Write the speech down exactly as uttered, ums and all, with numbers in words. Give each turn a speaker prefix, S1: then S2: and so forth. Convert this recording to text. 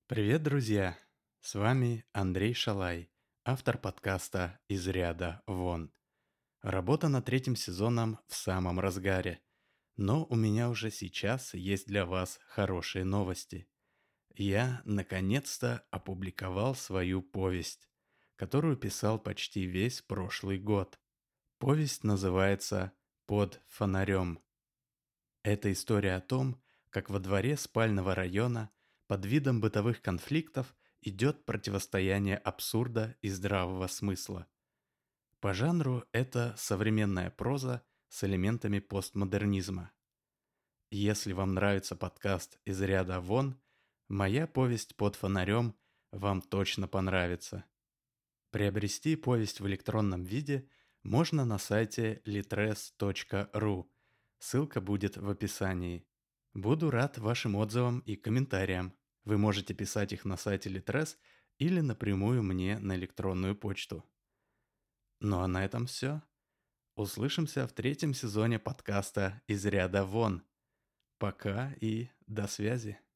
S1: Привет, друзья! С вами Андрей Шалай, автор подкаста «Из ряда вон». Работа над третьим сезоном в самом разгаре, но у меня уже сейчас есть для вас хорошие новости. Я, наконец-то, опубликовал свою повесть, которую писал почти весь прошлый год. Повесть называется «Под фонарем». Это история о том, как во дворе спального района под видом бытовых конфликтов идет противостояние абсурда и здравого смысла. По жанру это современная проза с элементами постмодернизма. Если вам нравится подкаст «Из ряда вон», моя повесть «Под фонарем» вам точно понравится. Приобрести повесть в электронном виде можно на сайте litres точка ру. Ссылка будет в описании. Буду рад вашим отзывам и комментариям. Вы можете писать их на сайте Litres или напрямую мне на электронную почту. Ну а на этом все. Услышимся в третьем сезоне подкаста «Из ряда вон». Пока и до связи.